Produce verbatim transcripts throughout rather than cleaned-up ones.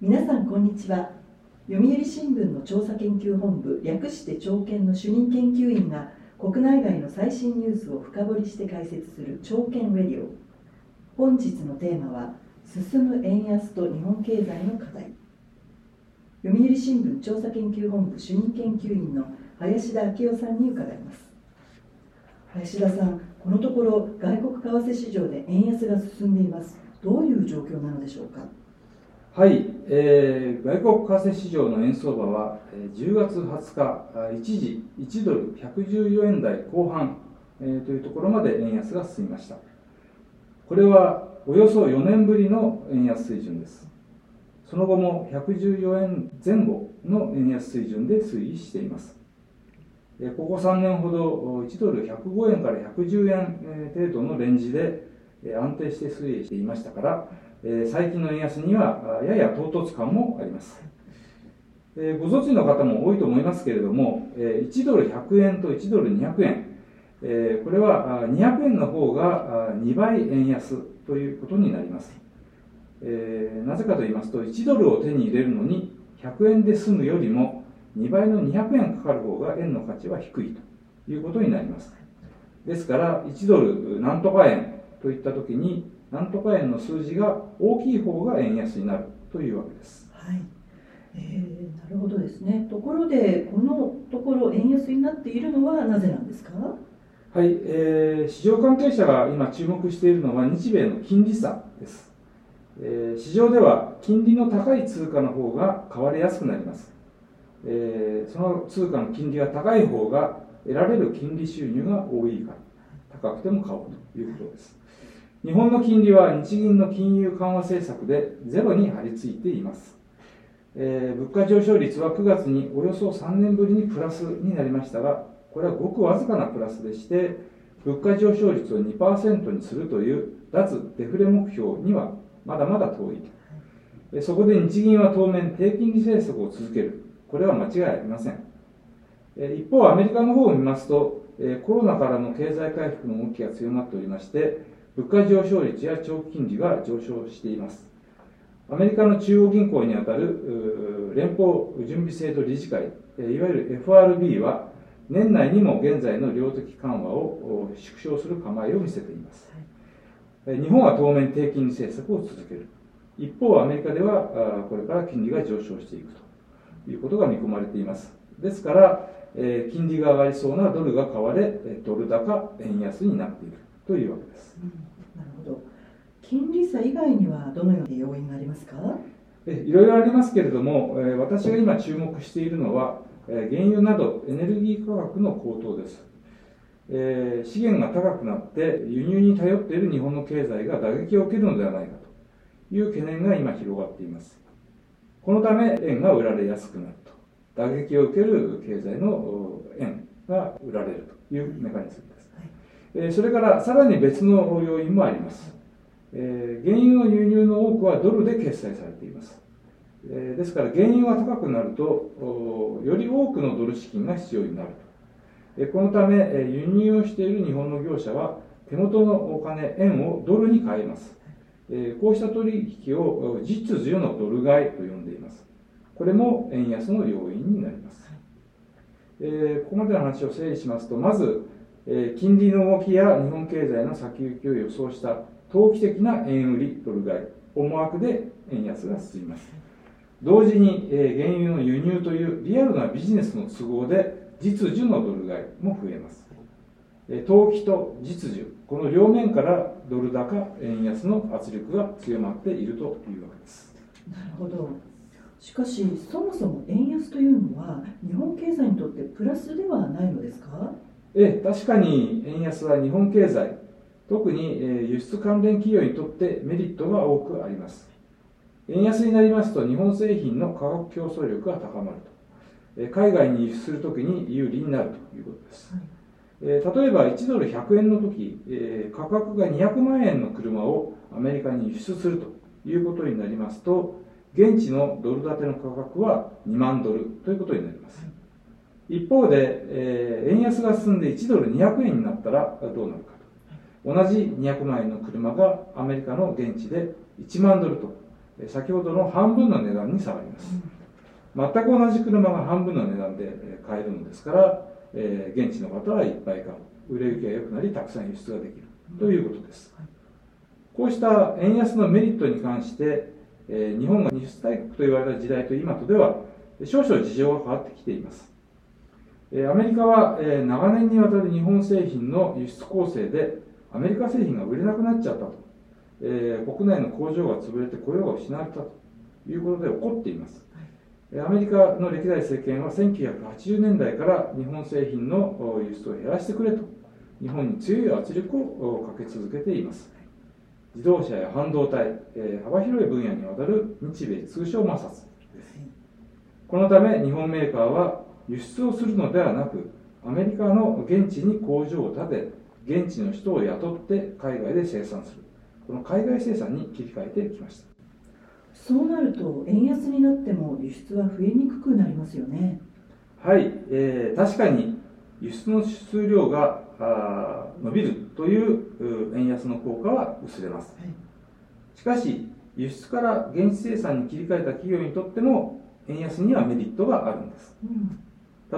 皆さんこんにちは。読売新聞の調査研究本部、略して朝研の主任研究員が国内外の最新ニュースを深掘りして解説する朝研レディオ。本日のテーマは進む円安と日本経済の課題。読売新聞調査研究本部主任研究員の林田昭夫さんに伺います。林田さん、このところ外国為替市場で円安が進んでいます。どういう状況なのでしょうか。 はい、えー、外国為替市場の円相場はじゅうがつはつか、一時いちドルひゃくじゅうよえん台後半、えー、というところまで円安が進みました。これはおよそよねんぶりの円安水準です。その後もひゃくじゅうよえんぜん後の円安水準で推移しています。ここさんねんほどいちドルひゃくごえんからひゃくじゅうえん程度のレンジで安定して推移していましたから、最近の円安にはやや唐突感もあります。ご存知の方も多いと思いますけれども、いちドルひゃくえんといちドルにひゃくえん、これはにひゃくえんの方がにばい円安ということになります。なぜかと言いますと、いちドルを手に入れるのにひゃくえんで済むよりもにばいのにひゃくえんかかる方が円の価値は低いということになります。ですからいちドルなんとか円といったときに、なんとか円の数字が大きい方が円安になるというわけです。 はい、えー、なるほどですね。ところで、このところ円安になっているのはなぜなんですか。 はい、えー、市場関係者が今注目しているのは日米の金利差です。えー、市場では金利の高い通貨の方が買われやすくなります。えー、その通貨の金利が高い方が得られる金利収入が多いから、高くても買おうということです。日本の金利は日銀の金融緩和政策でゼロに張り付いています。えー、物価上昇率はくがつにおよそさんねんぶりにプラスになりましたが、これはごくわずかなプラスでして、物価上昇率を にパーセント にするという脱デフレ目標にはまだまだ遠い。えー、そこで日銀は当面低金利政策を続ける。これは間違いありません。えー、一方、アメリカの方を見ますと、えー、コロナからの経済回復の動きが強まっておりまして、物価上昇率や長期金利が上昇しています。アメリカの中央銀行にあたる連邦準備制度理事会、いわゆる エフアールビー は、年内にも現在の量的緩和を縮小する構えを見せています。日本は当面低金利政策を続ける。一方、アメリカではこれから金利が上昇していくということが見込まれています。ですから、金利が上がりそうなドルが買われ、ドル高円安になっているというわけです。 うん、なるほど。金利差以外にはどのような要因がありますか。 えいろいろありますけれども、え私が今注目しているのは、え原油などエネルギー価格の高騰です。えー、資源が高くなって輸入に頼っている日本の経済が打撃を受けるのではないかという懸念が今広がっています。このため円が売られやすくなると、打撃を受ける経済の円が売られるというメカニズムです。それからさらに別の要因もあります。えー、原油の輸入の多くはドルで決済されています。えー、ですから原油が高くなると、より多くのドル資金が必要になると。えー、このため、えー、輸入をしている日本の業者は手元のお金、円をドルに変えます。えー、こうした取引を実需のドル買いと呼んでいます。これも円安の要因になります。えー、ここまでの話を整理しますと、まず、金利の動きや日本経済の先行きを予想した投機的な円売りドル買い思惑で円安が進みます。同時に原油の輸入というリアルなビジネスの都合で実需のドル買いも増えます。投機と実需、この両面からドル高円安の圧力が強まっているというわけです。 なるほど。しかしそもそも円安というのは日本経済にとってプラスではないのですか。 え確かに円安は日本経済、特に輸出関連企業にとってメリットが多くあります。円安になりますと日本製品の価格競争力が高まると、海外に輸出するときに有利になるということです。はい、例えばいちドルひゃくえんのとき、価格がにひゃくまんえんの車をアメリカに輸出するということになりますと、現地のドル建ての価格はにまんドルということになります。はい、一方で、えー、円安が進んでいちドルにひゃくえんになったらどうなるかと。同じにひゃくまんえんの車がアメリカの現地でいちまんドルと、 先ほどの半分の値段に下がります。全く同じ車が半分の値段で買えるのですから、えー、現地の方はいっぱい買う、売れ行きが良くなり、たくさん輸出ができるということです。こうした円安のメリットに関して、えー、日本が輸出大国と言われた時代と今とでは、少々事情が変わってきています。えー、アメリカは、えー、長年にわたる日本製品の輸出構成で、アメリカ製品が売れなくなっちゃったと、えー、国内の工場が潰れて雇用が失われたということで起こっています。アメリカの歴代政権はせんきゅうひゃくはちじゅうねんだいから日本製品の輸出を減らしてくれと日本に強い圧力をかけ続けています。自動車や半導体、幅広い分野にわたる日米通商摩擦です。このため日本メーカーは輸出をするのではなく、アメリカの現地に工場を建て、現地の人を雇って海外で生産する、この海外生産に切り替えてきました。 そうなると円安になっても輸出は増えにくくなりますよね。 はい、えー、確かに輸出の数量が伸びるという円安の効果は薄れます。はい、しかし輸出から現地生産に切り替えた企業にとっても円安にはメリットがあるんです。うん、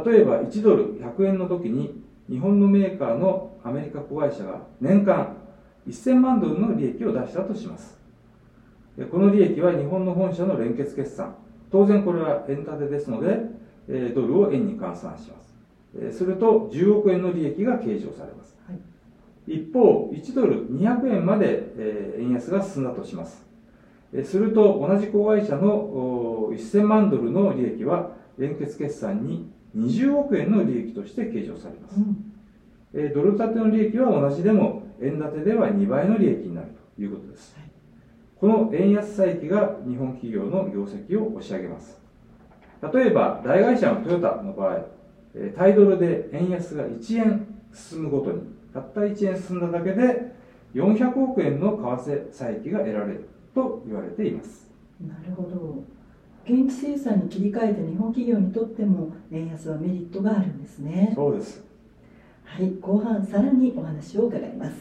例えばいちドルひゃくえんの時に日本のメーカーのアメリカ子会社が年間せんまんドルの利益を出したとします。この利益は日本の本社の連結決算、当然これは円建てですので、ドルを円に換算します。するとじゅうおくえんの利益が計上されます。はい、一方、いちドルにひゃくえんまで円安が進んだとします。すると同じ子会社のせんまんドルの利益は連結決算ににじゅうおくえんの利益として計上されます。うん、ドル建ての利益は同じでも円建てではにばいの利益になるということです。はい、この円安差益が日本企業の業績を押し上げます。例えば大会社のトヨタの場合、対ドルで円安がいちえん進むごとに、たったいちえん進んだだけでよんひゃくおくえんの為替差益が得られると言われています。 なるほど。現地生産に切り替えた日本企業にとっても円安はメリットがあるんですね。 そうです。 はい、後半さらにお話を伺います。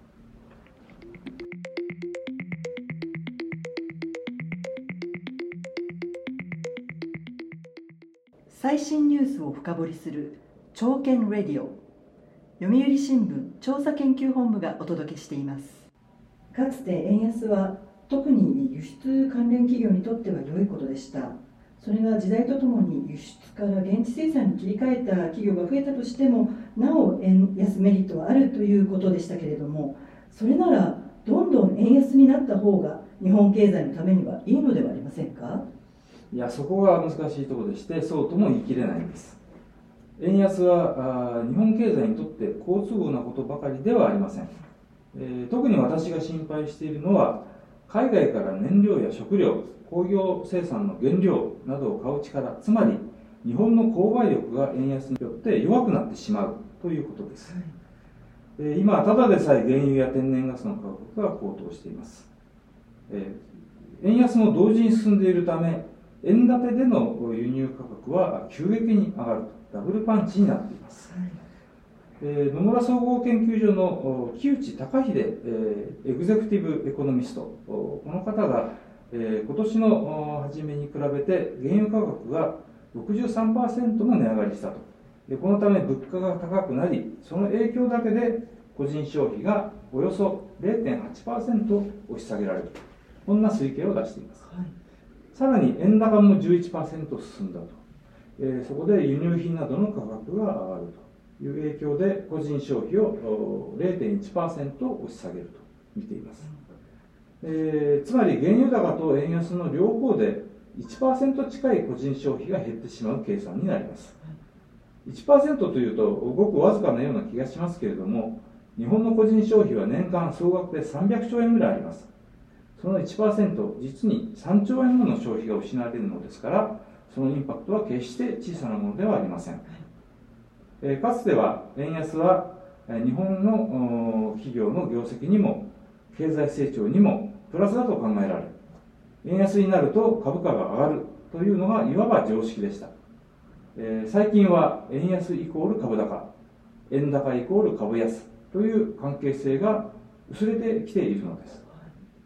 最新ニュースを深掘りする朝券レディオ、読売新聞調査研究本部がお届けしています。かつて円安は特に輸出関連企業にとっては良いことでした。それが時代とともに輸出から現地生産に切り替えた企業が増えたとしても、なお円安メリットはあるということでしたけれども、それならどんどん円安になった方が日本経済のためにはいいのではありませんか？ いや、そこが難しいところでして、そうとも言い切れないんです。円安は日本経済にとって好都合なことばかりではありません。えー、特に私が心配しているのは、海外から燃料や食料、工業生産の原料などを買う力、つまり日本の購買力が円安によって弱くなってしまうということです。はい、えー、今、ただでさえ原油や天然ガスの価格が高騰しています。えー、円安も同時に進んでいるため、円建てでの輸入価格は急激に上がると、ダブルパンチになっています。はい、えー、野村総合研究所の木内隆秀、えー、エグゼクティブエコノミスト、この方が、えー、今年の初めに比べて原油価格が ろくじゅうさんパーセント も値上がりしたと。でこのため物価が高くなり、その影響だけで個人消費がおよそ れいてんはちパーセント 押し下げられる、こんな推計を出しています。はい、さらに円高も じゅういちパーセント 進んだと、えー、そこで輸入品などの価格が上がるという影響で個人消費を れいてんいちパーセント 押し下げると見ています。えー、つまり原油高と円安の両方で いちパーセント 近い個人消費が減ってしまう計算になります。いちパーセント というとごくわずかなような気がしますけれども、日本の個人消費は年間総額でさんびゃくちょうえんぐらいあります。その いちパーセント、実にさんちょうえんもの消費が失われるのですから、そのインパクトは決して小さなものではありません。えー、かつては円安は日本の企業の業績にも経済成長にもプラスだと考えられ、円安になると株価が上がるというのがいわば常識でした。えー、最近は円安イコール株高、円高イコール株安という関係性が薄れてきているのです。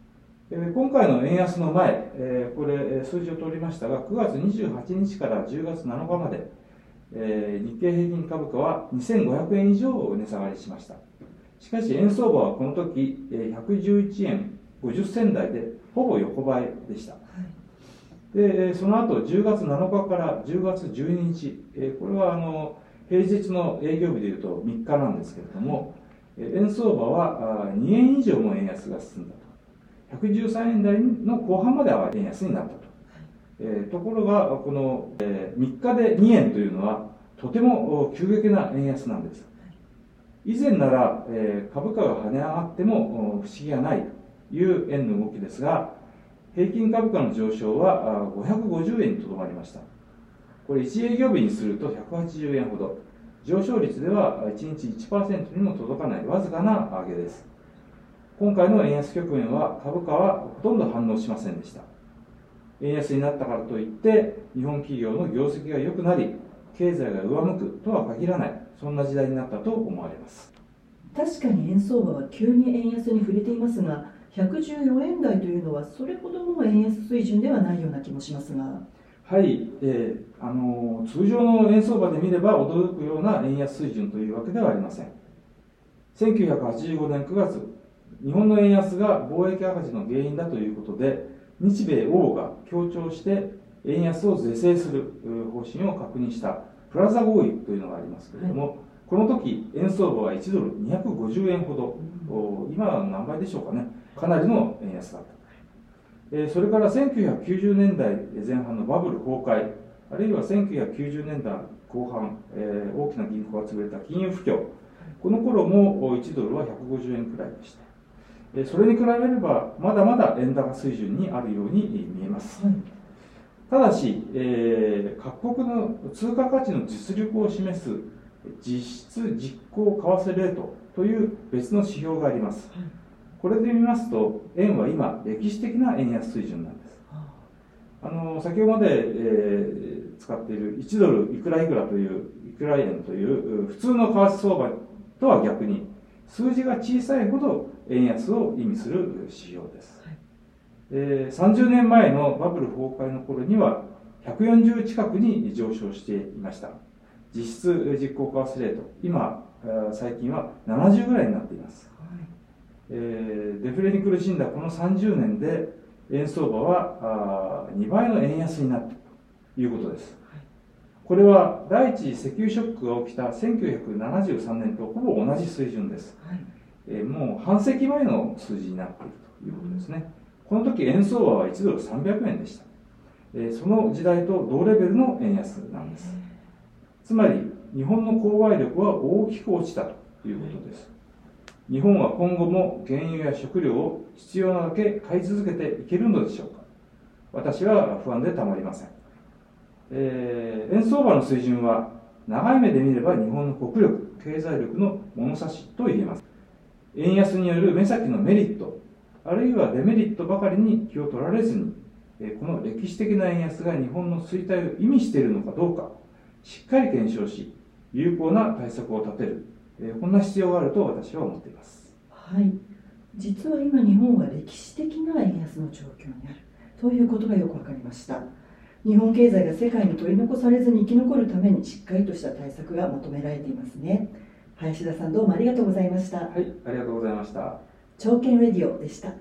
今回の円安の前、これ数字を取りましたが、くがつにじゅうはちにちからじゅうがつなのかまで、日経平均株価はにせんごひゃくえん以上値下がりしました。しかし円相場はこの時ひゃくじゅういちえんごじゅっせん台でほぼ横ばいでした。でその後じゅうがつなのかからじゅうがつじゅうににち、これはあの平日の営業日でいうとみっかなんですけれども、円相場はにえん以上も円安が進んだと。ひゃくじゅうさんえん台の後半まで上がり円安になったと、えー、ところがこの、えー、みっかでにえんというのはとても急激な円安なんです。以前なら、えー、株価が跳ね上がっても不思議がないという円の動きですが、平均株価の上昇はごひゃくごじゅうえんにとどまりました。これいち営業日にするとひゃくはちじゅうえんほど、上昇率ではいちにち いちパーセント にも届かないわずかな上げです。今回の円安局面は株価はほとんど反応しませんでした。円安になったからといって日本企業の業績が良くなり経済が上向くとは限らない、そんな時代になったと思われます。 確かに円相場は急に円安に触れていますが、ひゃくじゅうよえん台というのはそれほどの円安水準ではないような気もしますが。 はい、えー、あの通常の円相場で見れば驚くような円安水準というわけではありません。せんきゅうひゃくはちじゅうごねんくがつ、日本の円安が貿易赤字の原因だということで、日米欧が協調して円安を是正する方針を確認したプラザ合意というのがありますけれども、はい、この時円相場はいちドルにひゃくごじゅうえんほど、うん、今は何倍でしょうかね、かなりの円安だった。えー、それからせんきゅうひゃくきゅうじゅうねんだいぜん半のバブル崩壊、あるいはせんきゅうひゃくきゅうじゅうねんだいこう半、えー、大きな銀行が潰れた金融不況、この頃もいちドルはひゃくごじゅうえんくらいでした。それに比べればまだまだ円高水準にあるように見えます。はい、ただし、えー、各国の通貨価値の実力を示す実質実効為替レートという別の指標があります。はい、これで見ますと円は今歴史的な円安水準なんです。あの先ほどまで、えー、使っているいちドルいくらいくらといういくら円という普通の為替相場とは逆に数字が小さいほど円安を意味する指標です。はい、えー、さんじゅうねんまえのバブル崩壊の頃にはひゃくよんじゅう近くに上昇していました。実質実効為替レート、今最近はななじゅうぐらいになっています。はい、えー、デフレに苦しんだこのさんじゅうねんで円相場はにばいの円安になったということです。はい、これは第一次石油ショックが起きたせんきゅうひゃくななじゅうさんねんとほぼ同じ水準です。はい、えー、もう半世紀前の数字になっているということですね。この時円相場はいちドルさんびゃくえんでした。えー、その時代と同レベルの円安なんです。つまり日本の購買力は大きく落ちたということです。日本は今後も原油や食料を必要なだけ買い続けていけるのでしょうか。私は不安でたまりません。えー、円相場の水準は長い目で見れば日本の国力、経済力の物差しと言えます。円安による目先のメリット、あるいはデメリットばかりに気を取られずに、この歴史的な円安が日本の衰退を意味しているのかどうか、しっかり検証し、有効な対策を立てる、こんな必要があると私は思っています。 はい、実は今日本は歴史的な円安の状況にあるということがよく分かりました。日本経済が世界に取り残されずに生き残るためにしっかりとした対策が求められていますね。林田さん、どうもありがとうございました。 はい、ありがとうございました。 長堅レディオでした。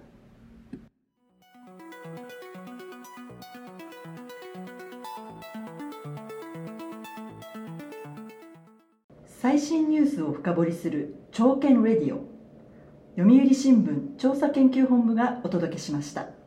最新ニュースを深掘りする長堅レディオ、読売新聞調査研究本部がお届けしました。